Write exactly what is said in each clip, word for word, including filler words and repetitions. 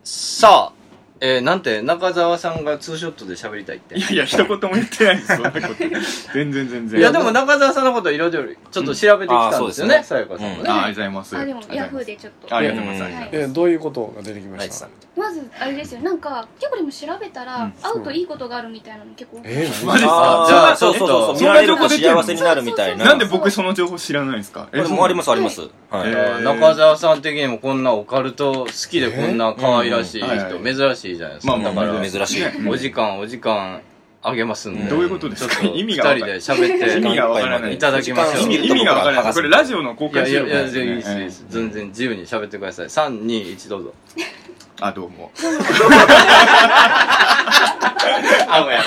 さあ、えー、なんて中澤さんがツーショットで喋りたいって。 いやいや、一言も言ってないです、そんなこと。全然全然。 いや、でも中澤さんのこといろいろちょっと調べてきたんですよね、さやかさんもね。 あ、ありがとうございます。 あ、でもヤフーでちょっと。 ありがとうございます。 え、どういうことが出てきました？ まず、あれですよ、なんか、結構でも調べたら、会うといいことがあるみたいなの結構。 え、マジですか？ じゃあ、そうそうそう、見られると幸せになるみたいな。 なんで僕その情報知らないんですか？ え、もありますあります。 中澤さん的にもこんなオカルト好きでこんな可愛らしい人、珍しいじゃないですか。 まあまあ、珍しい。 お時間、お時間あげますんで。 どういうことですか？意味が二人で喋って。 意味がわからない。 いただきましょう。 意味がわからない。これラジオの公開収録いやいや、いいです、いいです。全然自由に喋ってください。さん、に、いちどうぞ。 あ、どうも。 あ、もうや。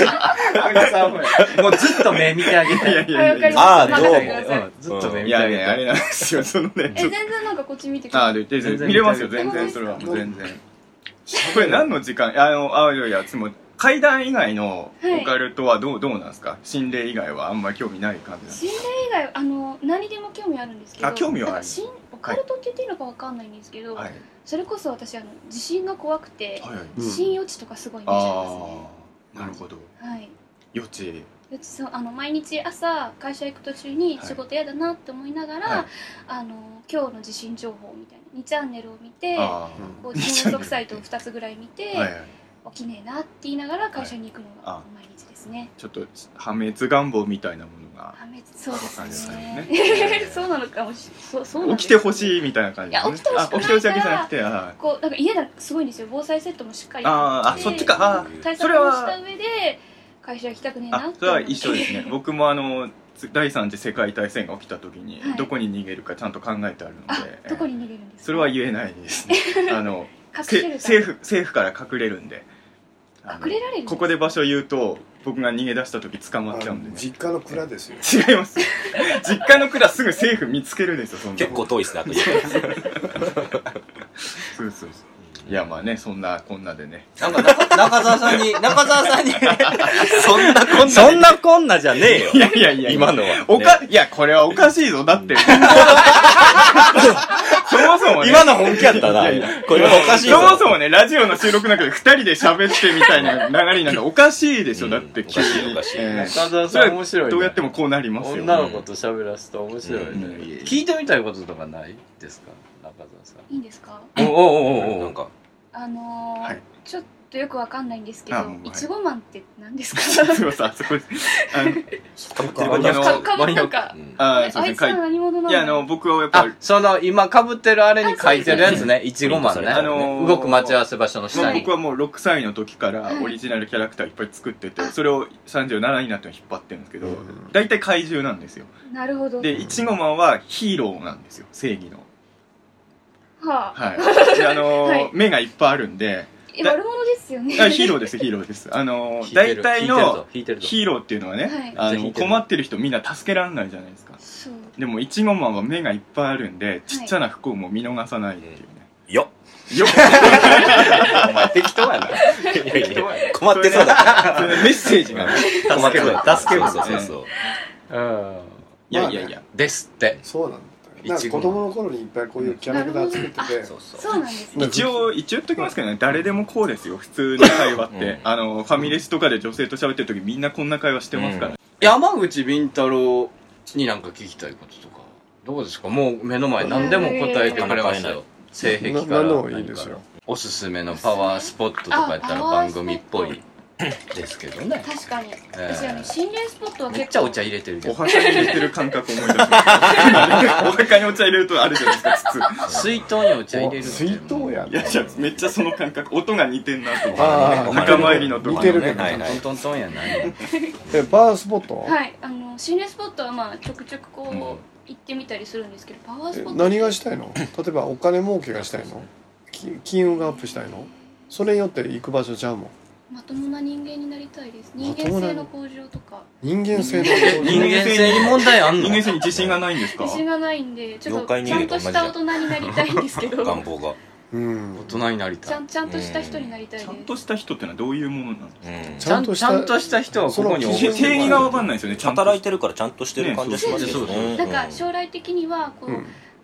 もうずっと目見てあげて。 いやいやいや。 ああ、どうも。 ずっと目見てあげて。 いやいや、あれなんですよ、そのね。 え、全然なんかこっち見てください。 あ、全然見れますよ、全然それは。全然。これ何の時間？あの、あ、いやいや、つも怪談以外のオカルトはどう、どうなんですか？心霊以外はあんまり興味ない感じなんですか？ 心霊以外、あの、何でも興味あるんですけど。 あ、興味はある。 オカルトって言っていいのかわかんないんですけど、それこそ私、あの、地震が怖くて、地震予知とかすごい見ちゃいますね。 なるほど。 はい。 予知。 予知、そう、あの、毎日朝会社行く途中に仕事嫌だなって思いながら、あの、今日の地震情報みたいなにチャンネルを見て、こう地震予測サイトをふたつぐらい見て、起きねえなって言いながら会社に行くのが毎日ですね。 ちょっと破滅願望みたいなものが。 破滅、そうですね。そうなのかもしれない。 起きてほしいみたいな感じ。 いや、起きてほしくないから。 起きてほしいわけじゃなくて、 こう、なんか家がすごいんですよ。防災セットもしっかりああ、そっちか。 対策をした上で会社行きたくねえなって。 それは一緒ですね。僕もあの第三次世界大戦が起きた時にどこに逃げるかちゃんと考えてあるので。 どこに逃げるんですか？ それは言えないですね。あの政府政府から隠れるんで。 隠れられる？ ここで場所言うと僕が逃げ出した時捕まっちゃうんで、ね、 実家の蔵ですよ。 違います。実家の蔵すぐ政府見つけるですよ。そんな結構遠いっすね。あとそうそうそう。いやまあね、そんなこんなでね。 なんか中澤さんに中澤さんにそんなこんなそんなこんなじゃねえよ。 いやいやいや今のは、ね、 おかいやこれはおかしいぞだって。そもそもね、 今の本気やったな。これはおかしいぞ。 そもそもね、ラジオの収録の中でふたりで喋ってみたいな流れになるのおかしいでしょ。だって急におかしい。 中澤さん面白い。 どうやってもこうなりますよ。 女の子と喋らすと面白いね。聞いてみたいこととかないですか、中澤さん。 いいんですか？ おおおお。なんかあのー、ちょっとよくわかんないんですけど、いちごマンって何ですか？ そうさ、そこです。あの、 かぶってなんか、あいつは何者なの？ いや、あの、僕はやっぱり、 その、今かぶってるあれに書いてるやつね、いちごマンね。あの、動く待ち合わせ場所の下に。 僕はもうろくさいの時からオリジナルキャラクターいっぱい作ってて、それをさんじゅうななになって引っ張ってるんですけど、大体怪獣なんですよ。 なるほど。 で、いちごマンはヒーローなんですよ、正義の。 はあ。 はい。で、あの、目がいっぱいあるんで、 悪者ですよね。 ヒーローです、ヒーローです。あの、大体のヒーローっていうのはね、あの、困ってる人みんな助けられないじゃないですか。でも、いちごマンは目がいっぱいあるんで、ちっちゃな不幸も見逃さないっていうね。 よっよっお前適当やな。困ってそうだ。 メッセージがね。 助ける。助ける。そうそうそう。 いやいやいや。 ですって。 そうなんだ。なんか子供の頃にいっぱいこういうキャラクター作ってて、 そうなんですね。 一応一応言っときますけどね、誰でもこうですよ、普通の会話って。あのファミレスとかで女性と喋ってる時みんなこんな会話してますから。 山口敏太郎になんか聞きたいこととかどうですか？もう目の前何でも答えてくれましたよ。性癖から何でもいいですよ。 おすすめのパワースポットとかやったら番組っぽいですけどね。 確かに。私あの心霊スポットは結構めっちゃお茶入れてるけど。 お墓に入れてる感覚思い出しました。お墓にお茶入れるとあるじゃないですか、筒。 水筒にお茶入れる。 水筒や。 いやじゃめっちゃその感覚、音が似てんなと思って。仲間入りのとこ似てるけど。 トントントンやない。 え、パワースポット？ はい、あの心霊スポットはまあちょくちょくこう行ってみたりするんですけど、パワースポット。 何がしたいの？例えばお金儲けがしたいの？金運がアップしたいの？それによって行く場所ちゃうもん。 まともな人間になりたいです。人間性の向上とか。 人間性の向上。 人間性に問題あんの？ 人間性に自信がないんですか？ 自信がないんで、ちょっとちゃんとした大人になりたいんですけど。 願望が。 うん。 大人になりたい。 ちゃんちゃんとした人になりたいです。 ちゃんとした人ってのはどういうものなんですか？ ちゃんとしたちゃんとした人はここに定義がわかんないですよね。 働いてるからちゃんとしてる感じがしますよね。なんか将来的にはこう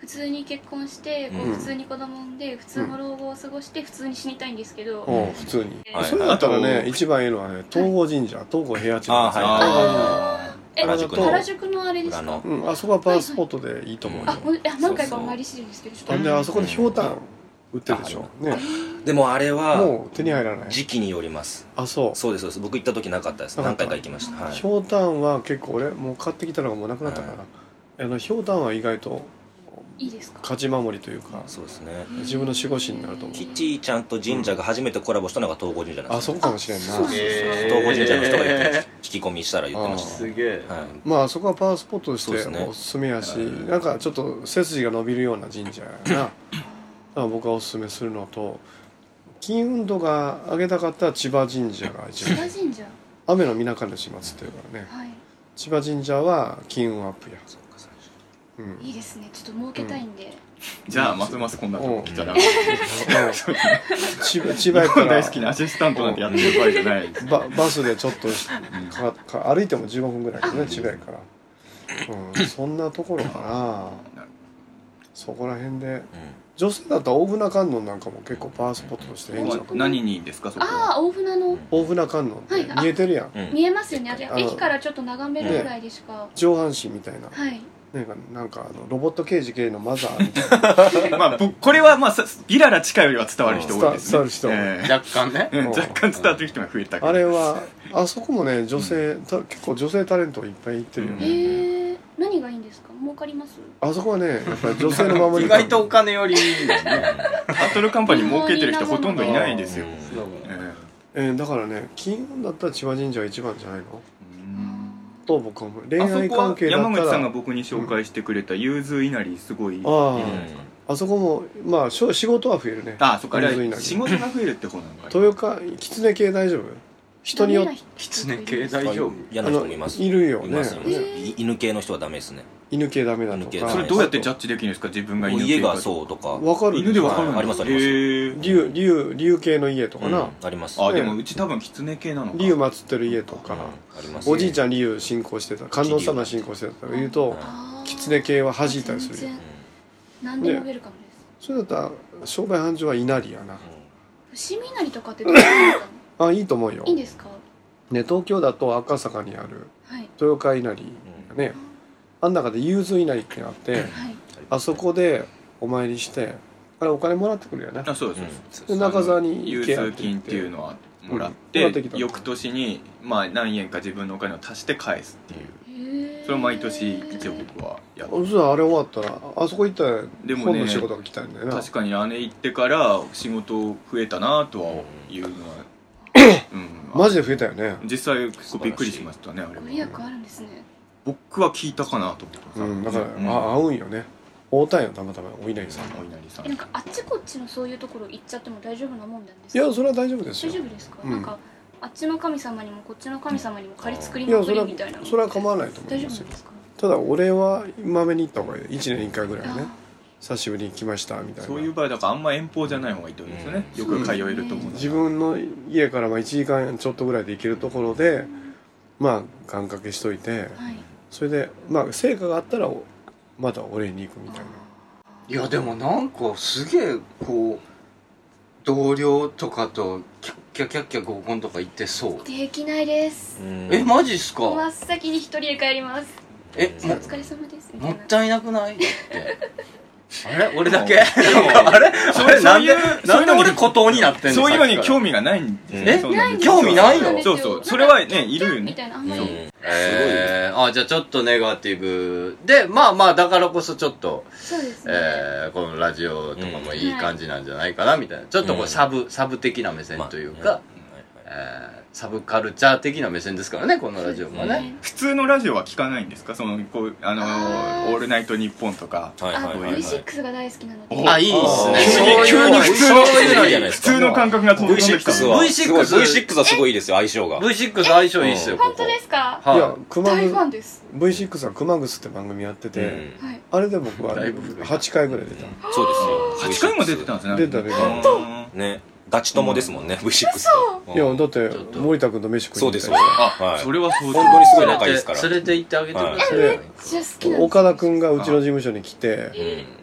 普通に結婚してこううん普通に子供産んで普通の老後を過ごして普通に死にたいんですけど、 うん普通に、 はいそれだったらねあと一番いいのはね東郷神社東郷平八あなんですよ、 あえ原宿の原宿のあれですか？ 裏のうん、あそこはパワースポットでいいと思うよ、 あ、ほんいや何回かお参りしてるんですけど、ちょっとなんであそこでひょうたん売ってるでしょ、ね、 でもあれはもう手に入らない時期によります。 あそうそうですそうです。僕行った時なかったです。何なかった回か行きました。はい。 ひょうたんは結構俺もう買ってきたのがもうなくなったから、あのひょうたんは意外といいですか？ 勝ち守りというかそうですね。 自分の守護神になると思う。 キティちゃんと神社が初めてコラボしたのが東郷神社なんですよ。 あそこかもしれんな。 そうそうえ東郷神社の人が言って聞き込みしたら言ってました。 すげえはい。 まああそこはパワースポットとしてそうですねおすすめやし、なんかちょっと背筋が伸びるような神社やな。だから僕はおすすめするのと、金運度が上げたかったら千葉神社が一千葉番。 神社。 雨の皆神主祀ってるからね。 はい。 千葉神社は金運アップや。うん。 いいですね。ちょっと儲けたいんで。 じゃあますますこんなとこ来たら千葉千葉やったら大好きなアシスタントなんてやってる場合じゃないですババスでちょっとかか歩いてもじゅうごふんぐらいですね、千葉やから。うん、そんなところかな。そこら辺で。女性だったら大船観音なんかも結構パワースポットとしてええんちゃうか。 何にですかそこはああ、大船の大船観音ってはいあ見えてるやん、 うん見えますよね。あれあの駅からちょっと眺めるぐらいでしか。 上半身みたいな、 はい。 なんかなんかあのロボット刑事系のマザーみたいなまあぼこれはまあさギララ近よりは伝わる人多いですね伝わる人ええ若干ねうん若干伝わってる人が増えたけどあれはあそこもね女性、た結構女性タレントいっぱい行ってるよね、 へえ。何がいいんですか？儲かります？ あそこはねやっぱり女性の守意り外とお金よりいいねバトルカンパニー儲けてる人ほとんどいないですよ、 うんええーだからね金運だったら千葉神社が一番じゃないのえと僕は思う恋あそこは愛関係だった山口さんがら僕に紹介してくれた融通稲荷すごいいいああ、 じゃないですかあそこもまあしょ仕事は増えるねああそっかあれ融通稲荷は仕事が増えるって方なのか豊川狐系大丈夫人によって狐系大丈夫嫌な人もいます。 いるよねいますよね。い犬系の人はダメですね。 犬系ダメだと犬系かそれどうやってジャッジできるんですか自分がもう犬系か家がそうとか。 わかる犬でわかるんだはいありますありますへえ竜竜竜系の家とかうんな、 あります。 あでもうち多分狐系なのか竜祀ってる家とか、 うんあります。 おじいちゃん竜信仰してた観音様信仰してたとか言うとあー狐系は弾いたりするよ全然何でもウェルカムです。 それだったら商売繁盛は稲荷やな伏見稲荷とかってどうなんですか？ あいいと思うよいいんですか？ ね東京だと赤坂にあるはい。 豊川稲荷がねあん中で融通稲荷ってのがあってはい。 あそこでお参りしてあれお金もらってくるよねあそうですで中澤に融行けやって通金っていうのはもらっうんてもらってきた翌年にまあ何円か自分のお金を足して返すっていうへえ。 それを毎年一応僕はやってそしたらあれ終わったらあそこ行ったらでもね本の仕事が来たんだよな確かに姉行ってから仕事増えたなとはいうのはうんマジで増えたよね実際結構びっくりしましたねあれご利益はあるんですね。 僕は聞いたかなと思ってうんだから、 うんあ合うんよね会うたんよたまたまお稲荷さんお稲荷さんえなんかあっちこっちのそういうところ行っちゃっても大丈夫なもんなんですか？ いやそれは大丈夫です大よ丈夫ですか？ うんなんかあっちの神様にもこっちの神様にも借り作りいやそれはまくりみたいなのそれは構わないと思大いますよ丈夫なんですか？ ただ俺はまめに行った方がいいいちねんにいっかいぐらいねあ久しぶりに来ましたみたいなそういう場合だからあんま遠方じゃない方がいいってことですよね、よく通えると思うの自分の家からまあいちじかんちょっとぐらいで行けるところでまあ願掛けしといてーはい。 それでまあ成果があったらまたお礼に行くみたいないやでもなんかすげえこう同僚とかとキャッキャキャッキャ合コンとか行ってそうできないです。 えマジっすか真っ先に一人で帰ります。 えもお疲れ様ですみたいな。 もったいなくないだってあれ俺だけなんかあれあれなんでなんで俺孤島になってんのそういうのに興味味がないんですえそんなに興味ないのそうそうそれはねいるよねみたいなあんまうんり。 えー、あじゃあちょっとネガティブでまあまあだからこそちょっと、 そうですね。 えー、このラジオとかもいい感じなんじゃないかなみたいなちょっとこうサブ、サブ的な目線というか、えーサブカルチャー的な目線ですからねこのラジオもねそうですね普通のラジオは聞かないんですかそのこうあのあーオールナイトニッポンとかはいはいあ、 はいはいブイシックス が大好きなので。 おあいいっすね急にそういうの急に普通のそういうのいい普通の感覚が飛んできたブイシックス はブイシックスすごい ブイシックス はすごいいいですよ相性が。 ブイシックス 相性いいっすよここ本当ですか？ いやは熊大ファン楠です。 ブイシックス は熊楠って番組やってて、 うんはい。 あれで僕はだいぶ古いはちかいぐらい出たそうですよ。 はちかいも出てたんですね出た出たうんね。ガチ友ですもんね、ブイシックス と。 いやだってちょっと森田君と飯食いそうです、 に行ったりそうです。 あ、 はいそれはそう本当にすごい連仲いいですから。 れて連れて行ってあげてください、 でめっちゃ好きなんです。 岡田君がうちの事務所に来てうん。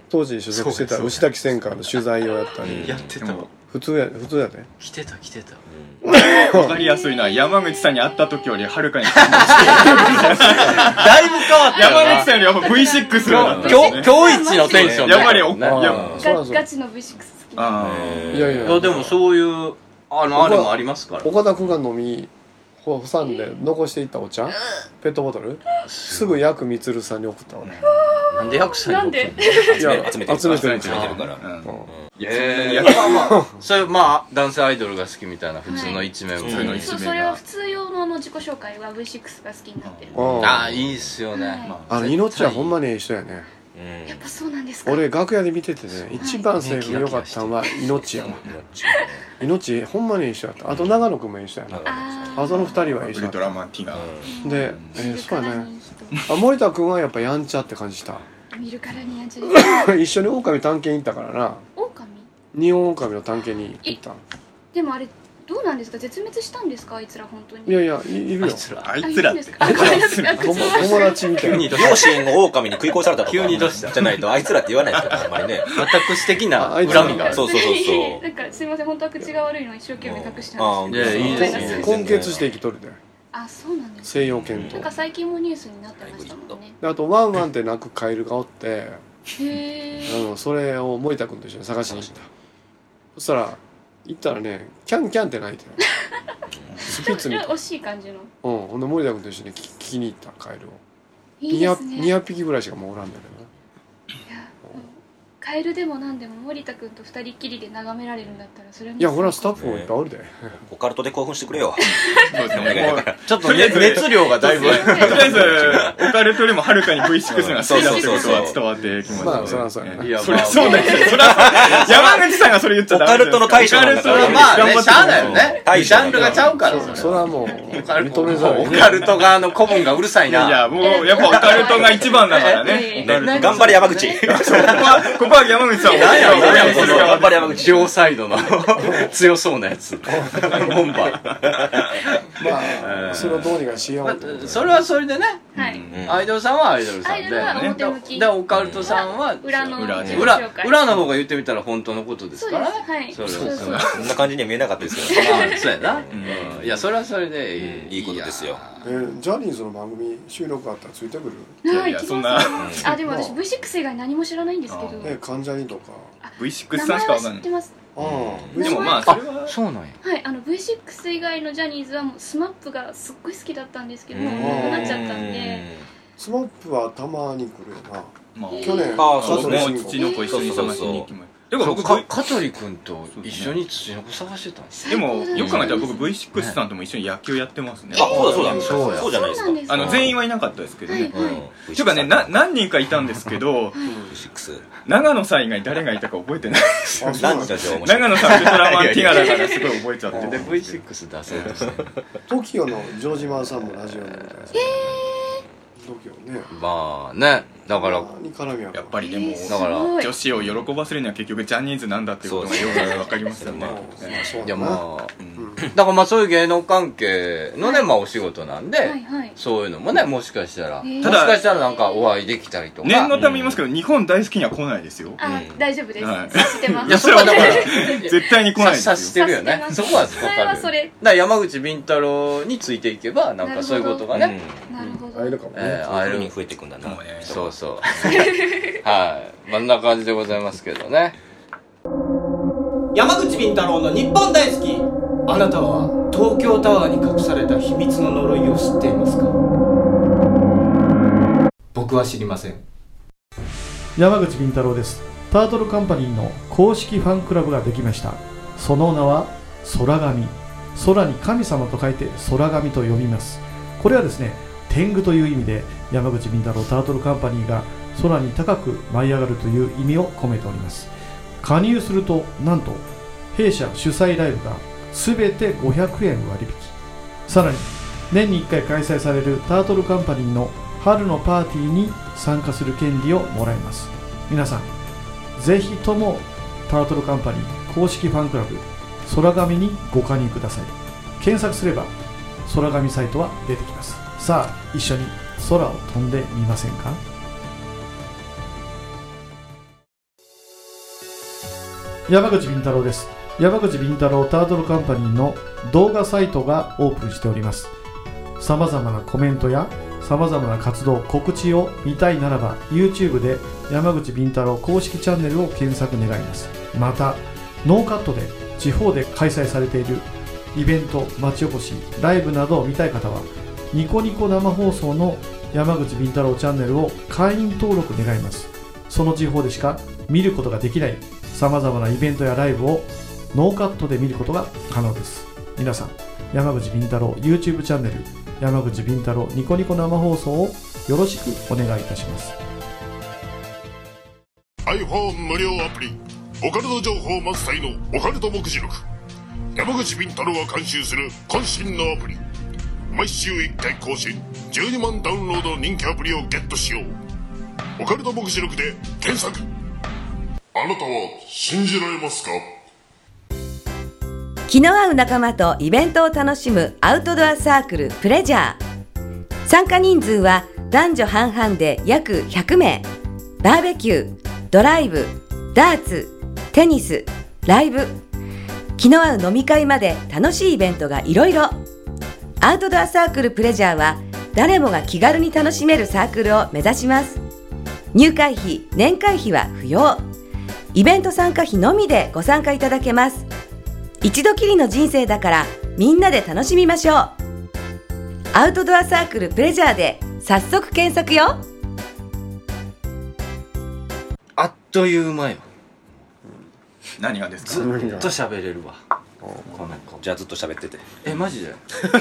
当時所属してた牛滝専科の取材をやったりやってた。 普通や普通やで来てた来てた。 わかりやすいのは山口さんに会った時よりはるかにだいぶ変わったよな。 山口さんよりやっぱ ブイシックス だったんです今ね。 日今日一のテンションやっぱりおね。 いやガガチの ブイシックス 好きなあーいやいやいやでもそういうあのあれもありますから。 岡田君が飲みほ挟んで残していったお茶ペットボトルすぐヤクミツルさんに送った俺なんでヤクさんになんでいや集めてる集めてる集めてるからうんええまあまあそれまあ男性アイドルが好きみたいな普通の一面も普通の一そうそれは普通用のあの自己紹介は ブイシックス が好きになってるうんああいいっすよね。 はいあの命はほんまにええ人やねやっぱそうなんですか。 俺楽屋で見ててね一番セリフ良かったんは命やわ命ほんまにいい人やったあと長野君もいい人やなあーあとの二人はいいウルト人やっラマンティガたで、えー、 見るそうやねからにいいあ森田君はやっぱやんちゃって感じした人見るからにやんちゃです一緒に狼探検行ったからな狼日本狼の探検に行ったでもあれどうなんですか絶滅したんですかあいつら本当にいやいやいいるよあいつらあいつらあいるんですかあごめんなさいあ友口は友達みたいな両親を狼に食い殺されたとか急にどうしたじゃないとあいつらって言わないですからあんまりね私的なああいつ恨みがある。 そうそうそうそうなんかすいません本当は口が悪いのを一生懸命隠してあ話していやいいですいいです根血して生きとるであそうなんです西洋犬となんか最近もニュースになってましたもんねであとワンワンって鳴くカエルがおってへえあのそれを森田君と一緒に探しに行ったそしたら行ったらねキャンキャンって鳴いてるスピッツみたい惜しい感じのうんほんで森田君と一緒に聞聞きに行ったカエルをいいですねにひゃく匹ぐらいしかもうおらんだけいやもうカエルでも何でも森田君と二人っきりで眺められるんだったらそれもどいやほらスタッフもいっぱいおるでオカルトで興奮してくれよそうですねもうちょっとね熱量がだいぶ。 とりあえずオカルトよりもはるかに ブイシックス が好きだってことは伝わってきましたねまあそらそうやないやそりゃそうだよそりゃそう山口さんがそれ言っちゃダメオカルトの対象なんだからオカルトのまあね、 頑張ってしゃあないよね。ジャンルがちゃうから。 そそれはもうオカルト認めざるをオ得ないカルト側の古文がうるさいな。 いやもうやっぱオカルトが一番だからねえオカルト頑張れ山口ここはここは山口さんを何や何やこの頑張れ山口両サイドの強そうなやつ。ボンバまあそれをどうにかしようと思ってー。それはそれでね、 はいアイドルさんはアイドルさんで。 アイドルは表向きで、オカルトさんは、 裏の裏自己裏紹介裏の方が言ってみたら本当のことですそうからね。 ですはいそうそうそうそうそんな感じには見えなかったですけどまあそうやな。うんいや、それはそれでいい。 いいことですよえージャニーズの番組収録あったらついてくるいやはい来いやそんなますあでも私 ブイシックス 以外何も知らないんですけどえ関ジャニとかブイシックス名さん前は知しかわかんないってますああでもまあそれはそうなんや。 はいあの ブイシックス 以外のジャニーズはもうスマップがすっごい好きだったんですけどもうなくなっちゃったんでスマップはたまに来るよなまあ去年ああそうですねもう父の子一緒に探しに行きましたでも僕か香取君と一緒に土の子探してたんですでもよく考えたら僕 ブイシックス さんとも一緒に野球やってますねあそうだそうだそうやそうじゃないですかそうなんですあの全員はいなかったですけどねはいはいていうかねな何人かいたんですけどブイシックス長野さん以外誰がいたか覚えてないですよあそうなんだ何人か面白い長野さんウルトラマンティガだからすごい覚えちゃってでてブイシックス 出そうとしてトキオの城島さんもラジオにみたいですへトキオねまあねだから何絡みややっぱりでもだからすごい女子を喜ばせるには結局ジャニーズなんだっていうことがよく分かりましたねそういやだなまあうんだからまあそういう芸能関係のねまあお仕事なんではいはいそういうのもねもしかしたらへーもしかしたらなんかお会いできたりとか念のため言いますけど日本大好きには来ないですよあ大丈夫ですはい察してますいやそれはだから絶対に来ないですよ察してるよねそこは分それかるだかはそれら山口敏太郎についていけばなんかそういうことがねなるほど会えるかもねえー会えるに増えていくんだなもうねそうそうはいこんな感じでございますけどね山口敏太郎の日本大好き。あなたは東京タワーに隠された秘密の呪いを知っていますか？僕は知りません。 山口敏太郎です。タートルカンパニーの公式ファンクラブができました。その名は空神。空に神様と書いて空神と読みます。これはですね天狗という意味で山口敏太郎タートルカンパニーが空に高く舞い上がるという意味を込めております。加入するとなんと弊社主催ライブがすべてごひゃくえん割引、さらに年にいっかい開催されるタートルカンパニーの春のパーティーに参加する権利をもらえます。皆さんぜひともタートルカンパニー公式ファンクラブ空神にご加入ください。検索すれば空神サイトは出てきます。さあ一緒に空を飛んでみませんか？ 山口敏太郎です。山口敏太郎タートルカンパニーの動画サイトがオープンしております。さまざまなコメントやさまざまな活動告知を見たいならば YouTube で山口敏太郎公式チャンネルを検索願います。またノーカットで地方で開催されているイベント、町おこし、ライブなどを見たい方はニコニコ生放送の山口敏太郎チャンネルを会員登録願います。その地方でしか見ることができないさまざまなイベントやライブをノーカットで見ることが可能です。皆さん、山口敏太郎 YouTube チャンネル、山口敏太郎ニコニコ生放送をよろしくお願いいたします。 iPhone 無料アプリオカルト情報満載のオカルト目次録。山口敏太郎が監修する渾身のアプリ。毎週いっかい更新、じゅうにまんダウンロードの人気アプリをゲットしよう。オカルト目次録で検索。あなたは信じられますか？ 気の合う仲間とイベントを楽しむアウトドアサークルプレジャー。参加人数は男女半々で約ひゃくめい。バーベキュー、ドライブ、ダーツ、テニス、ライブ、気の合う飲み会まで楽しいイベントがいろいろ。アウトドアサークルプレジャーは誰もが気軽に楽しめるサークルを目指します。入会費、年会費は不要。イベント参加費のみでご参加いただけます。一度きりの人生だからみんなで楽しみましょう。アウトドアサークルプレジャーで早速検索よ。 あっという間よ。 何がですか？ ずっと喋れるわ。この子。 じゃあずっと喋ってて。 え、マジで？いい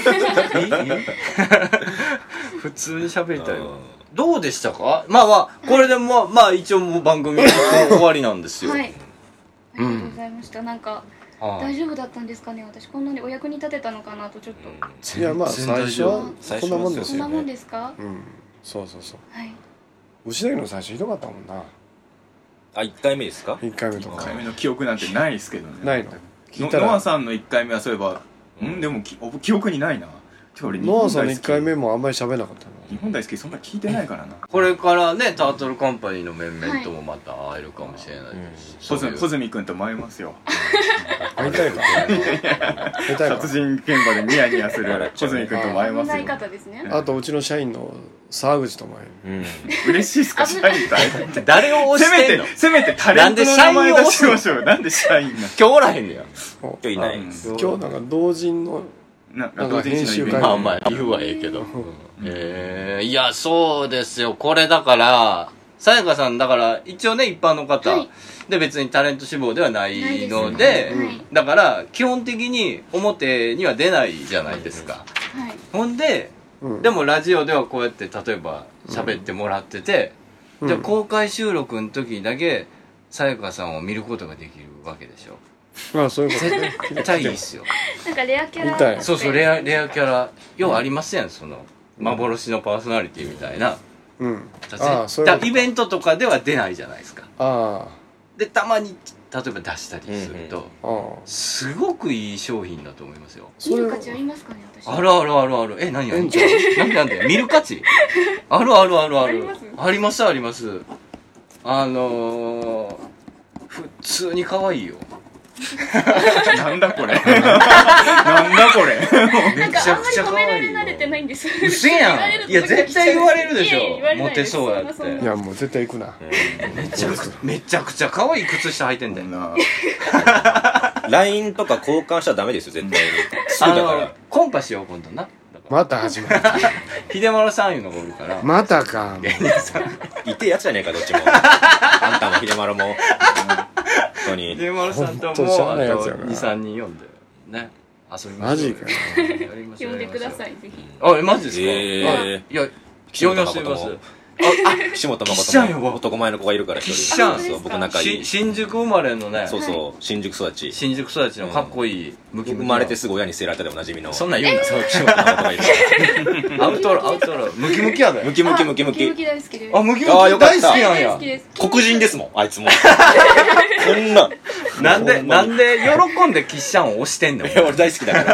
普通に喋りたいよ。どうでしたか？まあまあ、これでもまあ一応もう番組終わりなんですよ。 はい。ありがとうございました。なんか大丈夫だったんですかね。私こんなにお役に立てたのかなとちょっと。 いやまあ最初はこんなもんですよね。 こんなもんですか？ うん、そうそうそう。 はい。 牛田の最初ひどかったもんな。 あ、いっかいめですか？ いっかいめとか。 いっかいめの記憶なんてないですけどね。 ないの。 ノアさんのいっかいめはそういえば、んでも記憶にないな。 ノアさんのいっかいめもあんまり喋らなかったの。 日本大好きそんな聞いてないからな。 これからね、タートルカンパニーの面々ともまた会えるかもしれないし、 穂積君とも会えますよ。 会いたいか。 殺人現場でニヤニヤする穂積君とも会えますよ。あとうちの社員の沢口とも会える。嬉しいですか？社員と会える。 誰を推してんの？ せめてタレントの名前出しましょう。なんで社員なの？ 今日おらへんねや。 今日いない。 今日なんか同人のなんか編集会。 まあまあ言うはええけど。えー、いやそうですよ。これだからさやかさんだから一応ね一般の方、はい、で別にタレント志望ではないので、はい、だから基本的に表には出ないじゃないですか。はい、ほんで、うん、でもラジオではこうやって例えば喋ってもらってて、うん、じゃあ公開収録の時にだけさやかさんを見ることができるわけでしょ。 ああ、そういうことね。 絶対いいっすよ。 なんかレアキャラ。 そうそう、レア、レアキャラ。ようありますやん、その、幻のパーソナリティみたいな。 うん。 ああ、そういうこと。イベントとかでは出ないじゃないですか。 ああ。 で、たまに、例えば出したりすると、うん、すごくいい商品だと思いますよ。 見る価値ありますかね、私。 あるあるあるある。え、何何何なんで見る価値あるあるあるある。ありますあります。あのー、普通に可愛いよ。 なんだこれなんだこれなんかあんまり褒められ慣れてないんですうせやん。いや絶対言われるでしょ。モテそうやって。 いやもう絶対行くな。 めちゃくめちゃくちゃ可愛い靴下履いてんだよな。 ライン とか交換したらダメですよ絶対に。すぐだから。 コンパしよう今度な。 また始まった。 秀丸さんいうのがおるから。 またか。 いてやつじゃねえかどっちも。あんたも秀丸も。本当に。 秀丸さんともあとにさんにん呼んでね遊びましょう。 マジか。 呼んでくださいぜひ。 あえマジですか。 えいや呼びます呼びます。 あ、岸本誠も男前の子がいるから一人。そう僕仲いい。 新宿生まれのね。 そうそう新宿育ち。 新宿育ちのかっこいいムキムキ。生まれてすぐ親に捨てられたでおなじみの。 そんなん言うな。岸本誠がいる。アウトロアウトロムキムキやで。 ムキムキムキムキ。 ムキムキ大好きです。 あムキムキ大好きなんや。 黒人ですもんあいつも。こんな。 なんでなんで喜んでキッシャンを押してんの。 俺大好きだから。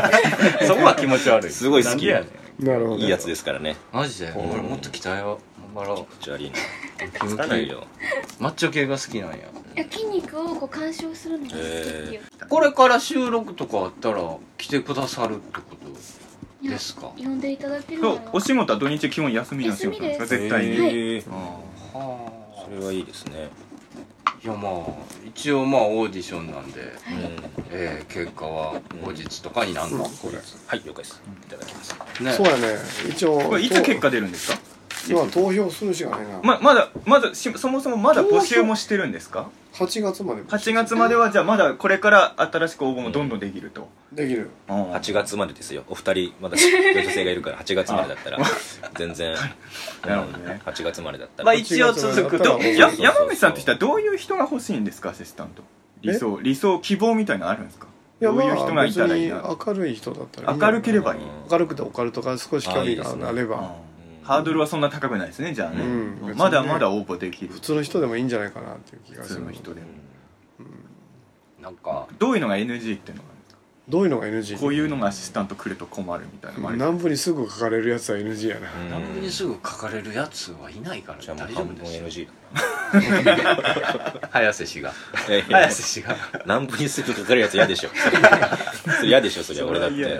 そこは気持ち悪い。 すごい好きやね。 なるほど。 いいやつですからね。 マジで。俺もっと期待を。 気持ち悪いな。 つかないよ。マッチョ系が好きなんや。 いや筋肉をこう鑑賞するのが好きっていう、 これから収録とかあったら来てくださるってことですか？ 呼んでいただけるなら。 お仕事は土日基本休みの仕事なんですか？絶対に。 へー、はあ、それはいいですね。 いやまあ一応まあオーディションなんで、はい、えー、結果は後日とかになるの、うん、これ。 はい、了解です。いただきます。 ね、そうやね。一応これいつ結果出るんですか？ 今投票するしかないな。 ままだまだそもそもまだ募集もしてるんですか？ はちがつまで。 はちがつまではじゃあまだこれから新しく応募もどんどんできると。 できる。 はちがつまでですよ。お二人まだ女性がいるからはちがつまでだったら全然。なるほどね。はちがつまでだったら。 まあ一応続くと。 や山口さんとしてはどういう人が欲しいんですか、アシスタント？理想理想希望みたいなのあるんですか？ いや、どういう人がいたらいいな。明るい人だったらいい。 明るければいい。 明るくてオカルトが少し距離があれば。 ハードルはそんな高くないですね、じゃあね、うん、まだまだ応募できる。 普通の人でもいいんじゃないかなっていう気がする。 普通の人でも、 うん、なんかどういうのが エヌジー っていうのがあるんですか？ どういうのが エヌジー？ こういうのがアシスタント来ると困るみたいなのもある。 南部にすぐ書かれるやつは エヌジー やな。 南部にすぐ書かれるやつはいないから大丈夫ですよ。 エヌジー 早瀬氏が早瀬氏が南部にすぐ書かれるやつ嫌でしょ。それ嫌でしょ、それは俺だって。うん、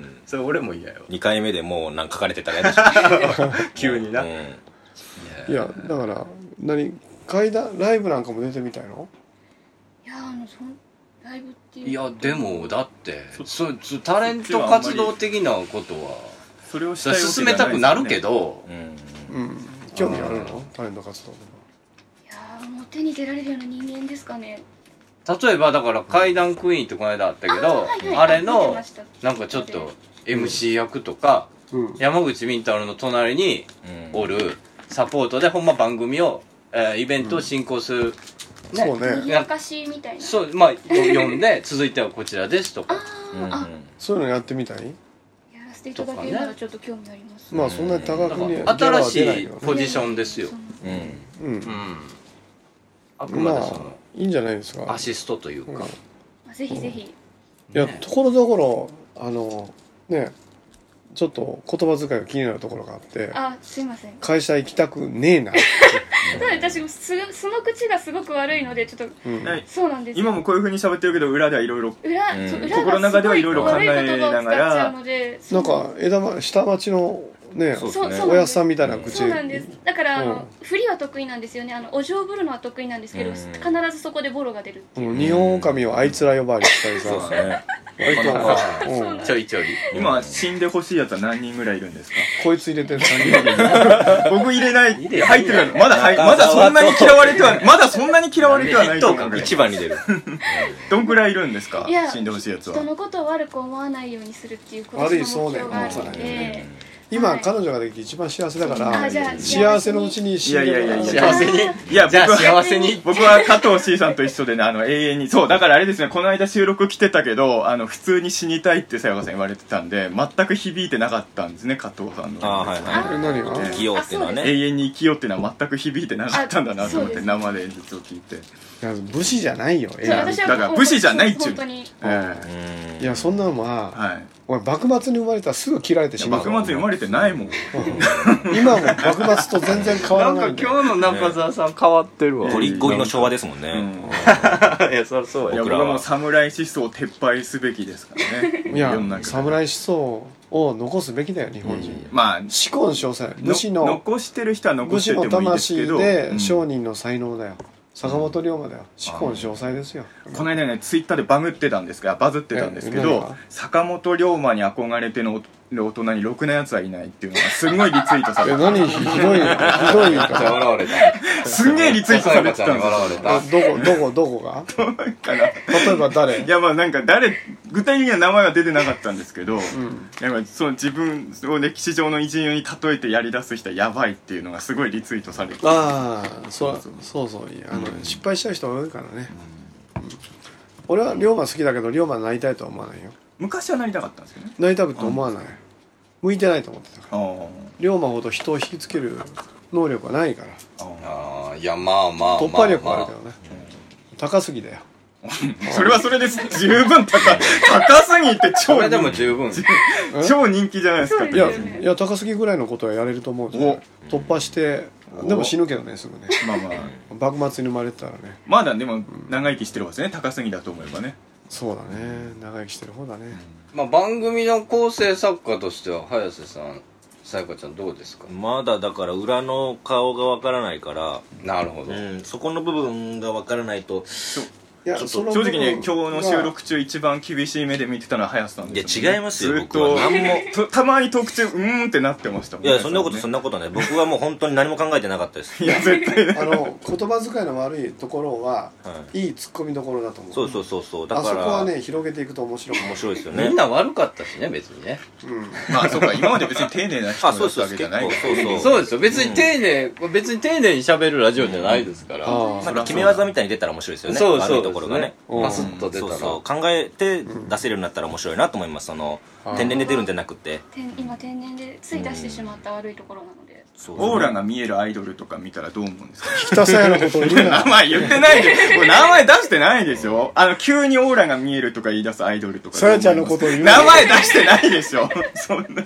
それ俺も嫌よ。 にかいめでもうなんか書かれてたら嫌でしょ。 急にな、うん、 いやだから何階段ライブなんかも出てみたいの？ いやあのそのライブっていういやでもだってそそタレント活動的なことはそれをしたいわけじゃないです進めたくなるけど、 うん、うん、興味あるの？タレント活動とか。 いやもう手に出られるような人間ですかね。 例えばだから怪談クイーンってこの間あったけど、あ,、はいはい、あれのなんかちょっと エムシー 役とか、うん、山口みんたろの隣におるサポートでほんま番組を、えー、イベントを進行する、うんね、 そうね、 にぎやかしみたいな。 そう、まあ読んで続いてはこちらですとかあ、うん、あそういうのやってみたい？ やらせていただけるならちょっと興味あります、 ね、まあそんなに高くに新しいポジションですよ。 うんうん、うん、 あくまでその、まあいいんじゃないですか。 アシストというか、 うん、ぜひぜひ。いや、ところどころあのねちょっと言葉遣いが気になるところがあって。 あ、すいません。 会社行きたくねえな。 私もすその口がすごく悪いのでちょっと、うん、そうなんです。 今もこういう風に喋ってるけど裏ではいろいろ裏、うん、 心の中ではいろいろ考えながらなんか枝ま下町のね、おやさんみたいな口。 そうなんです。だからあの振りは得意なんですよね。あのお嬢ぶるのは得意なんですけど、必ずそこでボロが出るっていう。 日本狼をあいつら呼ばわりしたりさ。 そうですね。 ちょいちょい。 今死んでほしいやつは何人ぐらいいるんですか？ こいつ入れてさんにん。 僕入れない入ってるのまだまだそんなに嫌われてはまだそんなに嫌われてはないと思う。 一番に出る。 どんくらいいるんですか？死んでほしいやつは。 人のことを悪く思わないようにするっていうことの目標があるので。 今、はい、彼女ができて一番幸せだから幸せのうちに死んでもらう。いやいやいや幸せにいや僕は幸せに僕は加藤 C さんと一緒でね、あの永遠にそうだからあれですね、この間収録来てたけどあの普通に死にたいってさやかさん言われてたんで全く響いてなかったんですね、加藤さんの。 あ、はいはい、 何が生きようっていうのはね、 永遠に生きようっていうのは全く響いてなかったんだなと思って生で演説を聞いて。 いや武士じゃないよ。 いやだから武士じゃないっちゅう。 いやそんなのは、はい、お前幕末に生まれたらすぐ切られてしまう。 幕末に生まれてないもん。 今も幕末と全然変わらないんで。なんか今日の中澤さん変わってるわ。 ゴリゴリの昭和ですもんね。 いやそりゃそうや。 いや僕はもう侍思想を撤廃すべきですからね。 いや侍思想を残すべきだよ日本人。まあ思考の詳細。武士の残してる人は残しててもいいですけど。 武士の魂で商人の才能だよ。坂本龍馬だよ。思考の詳細ですよ。 この間ねツイッターでバグってたんですがバズってたんですけど、坂本龍馬に憧れての大人にろくなやつはいないっていうのがすごいリツイートされて何ひどいひどい言い方。 笑われた。 すんげえリツイートされてたんですよ。どこどこどこが？どこかな。例えば誰？ いやまあなんか誰具体的には名前は出てなかったんですけど、うん、なんかその自分を歴史上の偉人に例えてやり出す人はやばいっていうのがすごいリツイートされてた。 ああそうそうそうあの、うん、失敗しちゃう人多いからね。うん、俺は龍馬好きだけど龍馬になりたいとは思わないよ。 昔はなりたかったんですよね。 なりたくって思わない。向いてないと思ってたから。龍馬ほど人を引きつける能力はないから。 ああいやまあまあ突破力はあるけどね。高すぎだよ。 それはそれです十分高高すぎて超人気でも十分超人気じゃないですか。 いやいや高すぎぐらいのことはやれると思う。突破してでも死ぬけどねすぐね。 まあまあ幕末に生まれてたらね。 まだでも長生きしてる方ですね、高杉だと思えばね。 そうだね、長生きしてる方だね。 まあ番組の構成作家としては早瀬さん、さやかちゃんどうですか？ まだだから裏の顔がわからないから。 なるほど、 うん、そこの部分がわからないと。 いや正直ね、今日の収録中一番厳しい目で見てたのは早瀬さんですよ、ね、いや違いますよ、 ずっと何もたまにトーク中うーんってなってましたもん。 いやそんなことそんなことない、僕はもう本当に何も考えてなかったです。 いや絶対あの言葉遣いの悪いところは、はい、いいツッコミどころだと思う。 そうそうそうそう、だからあそこはね広げていくと面白い面白いですよね。 みんな悪かったしね別にね、 うん、 まあそうか、今まで別に丁寧な人だったわけじゃない。 そうそうそうですよ、別に丁寧、うん、別に丁寧に喋るラジオじゃないですから、 うん、なんか決め技みたいに出たら面白いですよね。 そうそう、 悪いところがね、 パスッと出たら、 そうそう考えて出せるようになったら面白いなと思います。その天然で出るんじゃなくて、 今天然でつい出してしまった悪いところなので、 うん、オーラが見えるアイドルとか見たらどう思うんですか？ ひたすらのことを言うな。 名前言ってないで名前出してないでしょ。あの急にオーラが見えるとか言い出すアイドルとか、 さやちゃんのことを言うな。名前出してないでしょそんな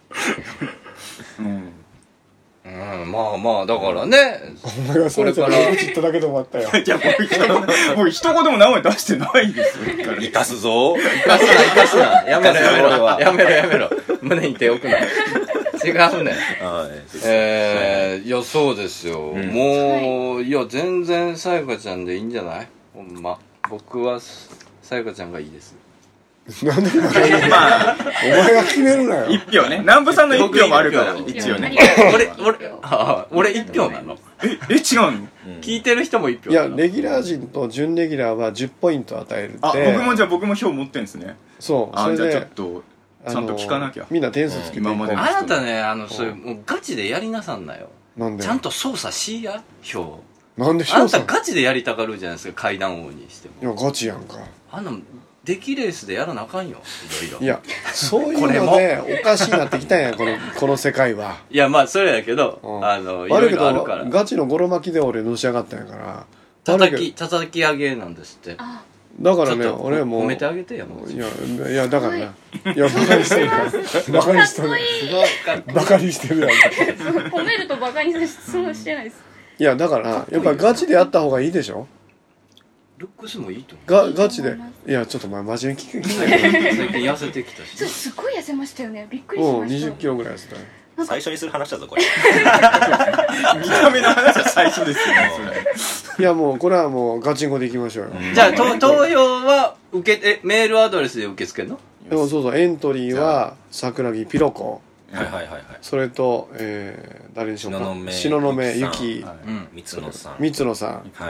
うんうん、まあまあだからね、 お前がそれから口言っただけで終わったよ。 いやもう一言もう一言も名前出してないですよ。 生かすぞ、 生かすな生かすな、やめろやめろやめろやめろ、胸に手置くな、違うね。はい、えー、いやそうですよ、うん、もういや全然さやかちゃんでいいんじゃない？ほんま僕はさやかちゃんがいいです。 なんでまあお前が決めるなよ。 一票ね、南部さんの一票もあるから一応ね。 俺俺あ俺一票なの？ ええ違うの？ 聞いてる人も一票。 いやレギュラー陣と準レギュラーはじゅっポイント与えるって。 あ僕もじゃあ僕も票持ってんですね。 そうそれでじゃあちょっとちゃんと聞かなきゃ。 みんな点数つけて。 あなたね、あのそういうもうガチでやりなさんなよ。 なんで？ ちゃんと操作しや票。 なんで操作？ あなたガチでやりたがるじゃないですか、階段王にしても。 いやガチやんか。 あんな出来レースでやらなあかんよ、いろいろ。 いやそういうのでおかしいなってきたんやこのこの世界は。 いやまあそれやけど、うん、あのいろいろあるから。 ガチのゴロ巻きで俺のし上がったんやから。 叩き叩き上げなんですって。 だからね俺も褒めてあげてやもう。 いやいやだからね、いやバカにしてるやん。バカにしてる。バカにしてるやん。 褒めるとバカにそうしてないです。 いやだからやっぱガチでやった方がいいでしょ。 ルックスもいいと思う。ガチで。いやちょっと前真面目に聞く。 最近痩せてきたし。 すごい痩せましたよね。びっくりしました。 うんにじゅっキロぐらい痩せたよ。 最初にする話だぞこれ。 見た目の話は最初ですよね。 いやもうこれはもうガチンコでいきましょうよ。 じゃあ投票は受けえメールアドレスで受け付けるの？ でもそうそうエントリーは桜木ピロコ。 はいはいはいはい。 それと、えー、誰でしょうか。 東雲ゆき、 三野さん。 三野さん。 はい。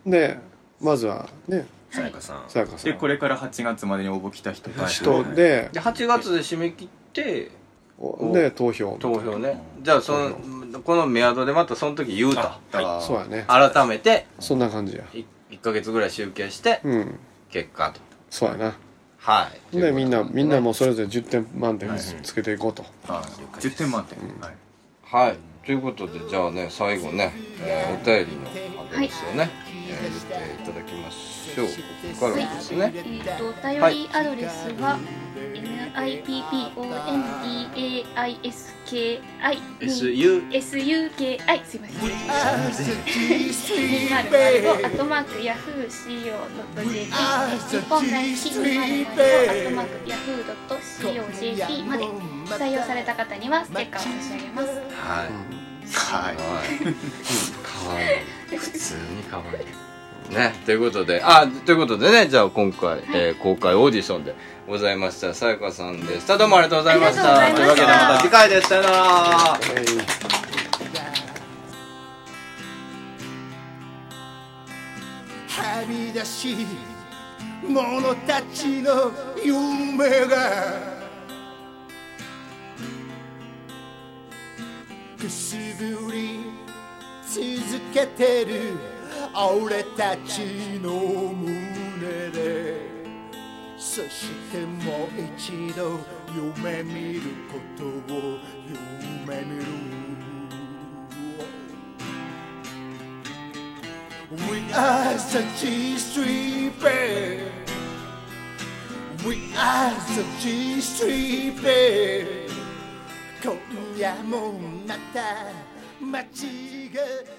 でまずはね。 さやかさん。 さやかさん。 でこれからはちがつまでに応募来た人。 人で。 ではちがつで締め切って。 で投票投票ね。じゃあそのこのメアドでまたその時言うと。 そうやね。 改めてそんな感じや。 いっかげつぐらい集計して結果と。 そうやな。 はい。 でみんなみんなもそれぞれじゅってん満点つけていこうと。 じゅってん満点。 はい。ということでじゃあね最後ねお便りのアドレスをね見ていただきましょう。ここからですね。 えっとお便りアドレスは エヌアイピーピーオーエヌディーエーアイエスケーアイ エスユーケーアイ すいません。にまるまるごアットマークヤフーシーオードットジェーピー 日本大好きにまるまるごアットマークヤフードットシーオージェーピー まで採用された方にはステッカーを差し上げます。 はい。はい。かわいい。普通にかわいい。ね、ということで、あ、ということでね、じゃあ今回、はい、えー、公開オーディションでございましたさやかさんでした。どうもありがとうございました。というわけでまた次回です。さよなら。はみ出し者たちの夢がくすぶり続けてる俺たちの胸で、そしてもう一度夢見ることを夢見る。 We are the G-Street Band, We are the G-Street Band. 今夜もまた街が yeah